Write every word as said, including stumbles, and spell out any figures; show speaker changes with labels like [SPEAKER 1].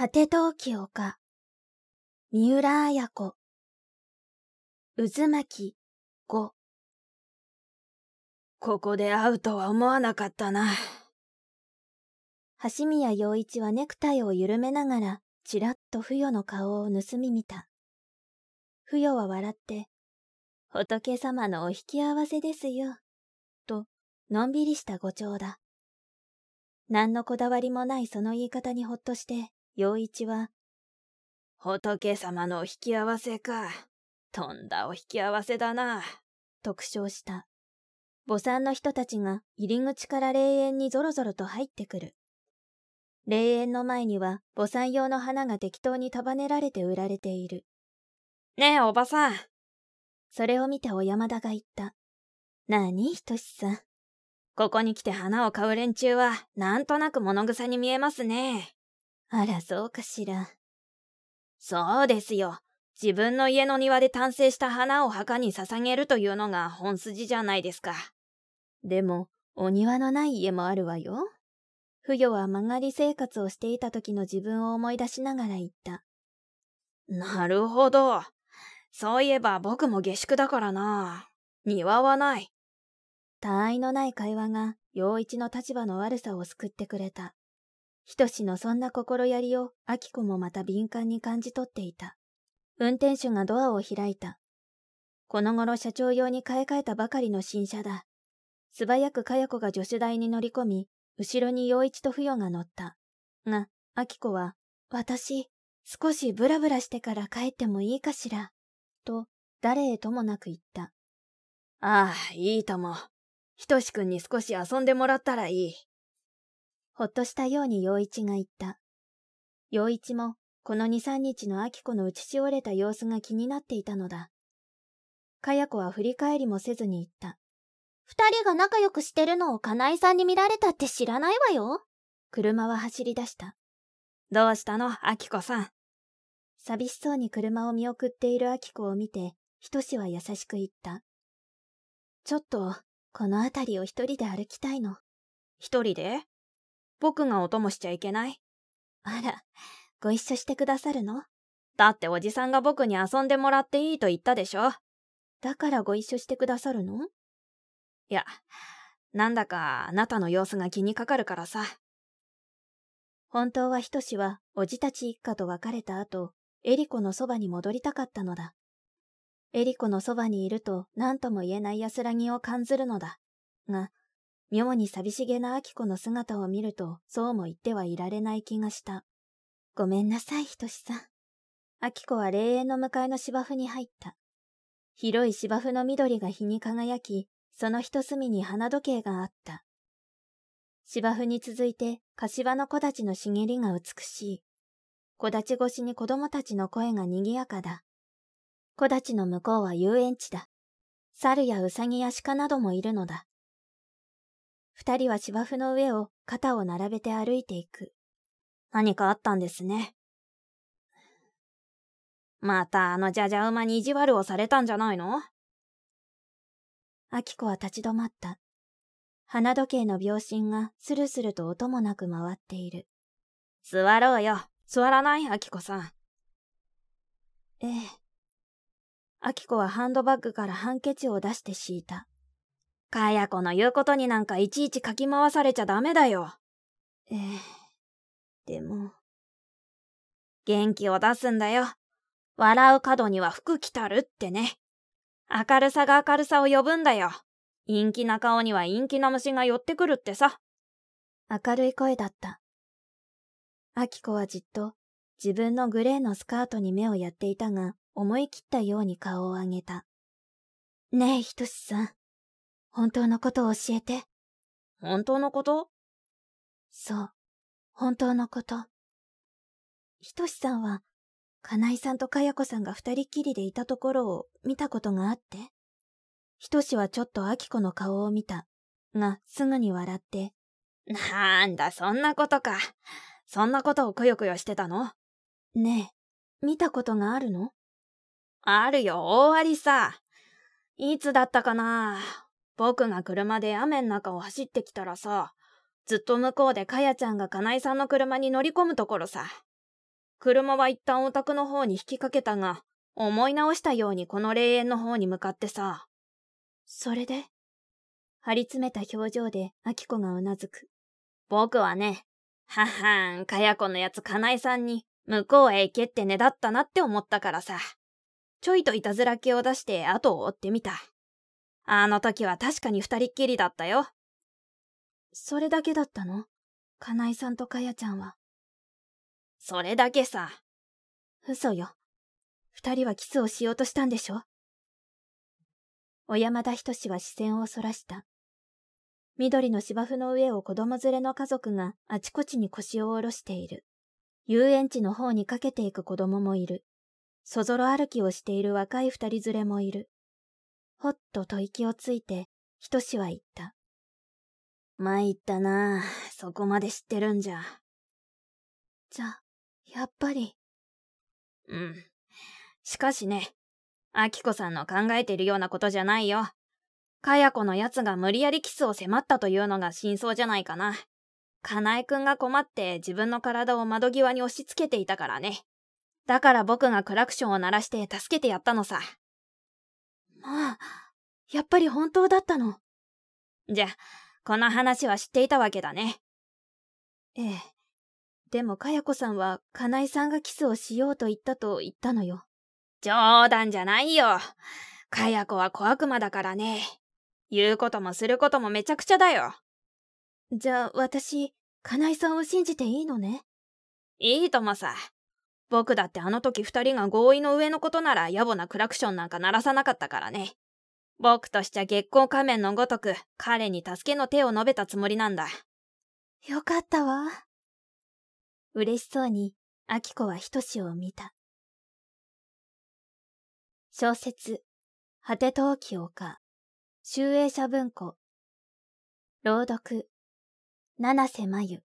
[SPEAKER 1] 果て陶器丘、三浦綾子、渦巻ご。
[SPEAKER 2] ここで会うとは思わなかったな。
[SPEAKER 1] 橋宮陽一はネクタイを緩めながら、ちらっと不与の顔を盗み見た。不与は笑って、仏様のお引き合わせですよ、と、のんびりした語調だ。何のこだわりもないその言い方にほっとして、陽一は、
[SPEAKER 2] 仏様のお引き合わせか。とんだお引き合わせだな。
[SPEAKER 1] と苦笑した。墓参の人たちが入り口から霊園にぞろぞろと入ってくる。霊園の前には墓参用の花が適当に束ねられて売られている。
[SPEAKER 2] ねえおばさん。
[SPEAKER 1] それを見て小山田が言った。なあに、ひとしさん。
[SPEAKER 2] ここに来て花を買う連中はなんとなく物臭に見えますね。
[SPEAKER 1] あら、そうかしら。
[SPEAKER 2] そうですよ。自分の家の庭で誕生した花を墓に捧げるというのが本筋じゃないですか。
[SPEAKER 1] でも、お庭のない家もあるわよ。不与は曲がり生活をしていた時の自分を思い出しながら言った。
[SPEAKER 2] なるほど。そういえば僕も下宿だからな。庭はない。
[SPEAKER 1] 他愛のない会話が陽一の立場の悪さを救ってくれた。ひとしのそんな心やりを明子もまた敏感に感じ取っていた。運転手がドアを開いた。この頃社長用に買い替えたばかりの新車だ。素早くかや子が助手台に乗り込み、後ろに陽一と不与が乗った。が、明子は、私、少しブラブラしてから帰ってもいいかしら、と、誰へともなく言った。
[SPEAKER 2] ああ、いいとも。ひとしくんに少し遊んでもらったらいい。
[SPEAKER 1] ほっとしたように陽一が言った。陽一も、この二三日の明子の打ちしおれた様子が気になっていたのだ。かや子は振り返りもせずに言った。二人が仲良くしてるのを金井さんに見られたって知らないわよ。車は走り出した。
[SPEAKER 2] どうしたの、明子さん。
[SPEAKER 1] 寂しそうに車を見送っている明子を見て、ひとしは優しく言った。ちょっと、この辺りを一人で歩きたいの。
[SPEAKER 2] 一人で？僕がお供しちゃいけない？
[SPEAKER 1] あら、ご一緒してくださるの？
[SPEAKER 2] だっておじさんが僕に遊んでもらっていいと言ったでしょ。
[SPEAKER 1] だからご一緒してくださるの？
[SPEAKER 2] いや、なんだかあなたの様子が気にかかるからさ。
[SPEAKER 1] 本当はひとしは、おじたち一家と別れた後、エリコのそばに戻りたかったのだ。エリコのそばにいると何とも言えない安らぎを感ずるのだ。が、妙に寂しげな明子の姿を見ると、そうも言ってはいられない気がした。ごめんなさい、ひとしさん。明子は霊園の向かいの芝生に入った。広い芝生の緑が日に輝き、その一隅に花時計があった。芝生に続いて柏の木立の茂りが美しい。木立越しに子供たちの声が賑やかだ。木立の向こうは遊園地だ。猿やウサギや鹿などもいるのだ。二人は芝生の上を肩を並べて歩いていく。
[SPEAKER 2] 何かあったんですね。またあのじゃじゃ馬に意地悪をされたんじゃないの？
[SPEAKER 1] 明子は立ち止まった。花時計の秒針がスルスルと音もなく回っている。
[SPEAKER 2] 座ろうよ。座らない？明子さん。
[SPEAKER 1] ええ。明子はハンドバッグからハンケチを出して敷いた。
[SPEAKER 2] かや子の言うことになんかいちいちかき回されちゃダメだよ。
[SPEAKER 1] ええ。でも。
[SPEAKER 2] 元気を出すんだよ。笑う角には福来たるってね。明るさが明るさを呼ぶんだよ。陰気な顔には陰気な虫が寄ってくるってさ。
[SPEAKER 1] 明るい声だった。明子はじっと自分のグレーのスカートに目をやっていたが、思い切ったように顔を上げた。ねえ、ひとしさん。本当のことを教えて。
[SPEAKER 2] 本当のこと？
[SPEAKER 1] そう。本当のこと。ひとしさんは、金井さんとかや子さんが二人きりでいたところを見たことがあって。ひとしはちょっと明子の顔を見た。が、すぐに笑って。
[SPEAKER 2] なんだ、そんなことか。そんなことをくよくよしてたの？
[SPEAKER 1] ねえ、見たことがあるの？
[SPEAKER 2] あるよ、大ありさ。いつだったかな。僕が車で雨の中を走ってきたらさ、ずっと向こうでかやちゃんが金井さんの車に乗り込むところさ。 車は一旦お宅の方に引きかけたが、思い直したようにこの霊園の方に向かってさ。
[SPEAKER 1] それで？張り詰めた表情で明子がうなずく。
[SPEAKER 2] 僕はね、ははん、かや子のやつかなえさんに、向こうへ行けってねだったなって思ったからさ。ちょいといたずら気を出して後を追ってみた。あの時は確かに二人っきりだったよ。
[SPEAKER 1] それだけだったの？かなえさんとかやちゃんは。
[SPEAKER 2] それだけさ。
[SPEAKER 1] 嘘よ。二人はキスをしようとしたんでしょ？小山田仁は視線をそらした。緑の芝生の上を子供連れの家族があちこちに腰を下ろしている。遊園地の方にかけていく子供もいる。そぞろ歩きをしている若い二人連れもいる。ほっと吐息をついて、仁は言った。
[SPEAKER 2] 参ったなあ、そこまで知ってるんじゃ。
[SPEAKER 1] じゃ、やっぱり。
[SPEAKER 2] うん。しかしね、明子さんの考えてるようなことじゃないよ。かや子のやつが無理やりキスを迫ったというのが真相じゃないかな。かなえくんが困って自分の体を窓際に押し付けていたからね。だから僕がクラクションを鳴らして助けてやったのさ。
[SPEAKER 1] まあ、やっぱり本当だったの。
[SPEAKER 2] じゃ、この話は知っていたわけだね。
[SPEAKER 1] ええ。でもかや子さんは、かなえさんがキスをしようと言ったと言ったのよ。
[SPEAKER 2] 冗談じゃないよ。かや子は小悪魔だからね。言うこともすることもめちゃくちゃだよ。
[SPEAKER 1] じゃあ私、かなえさんを信じていいのね？
[SPEAKER 2] いいともさ。僕だってあの時二人が合意の上のことなら野暮なクラクションなんか鳴らさなかったからね。僕としちゃ月光仮面のごとく彼に助けの手を述べたつもりなんだ。
[SPEAKER 1] よかったわ。嬉しそうに明子は仁を見た。小説果て陶器丘集英社文庫朗読七瀬まゆ。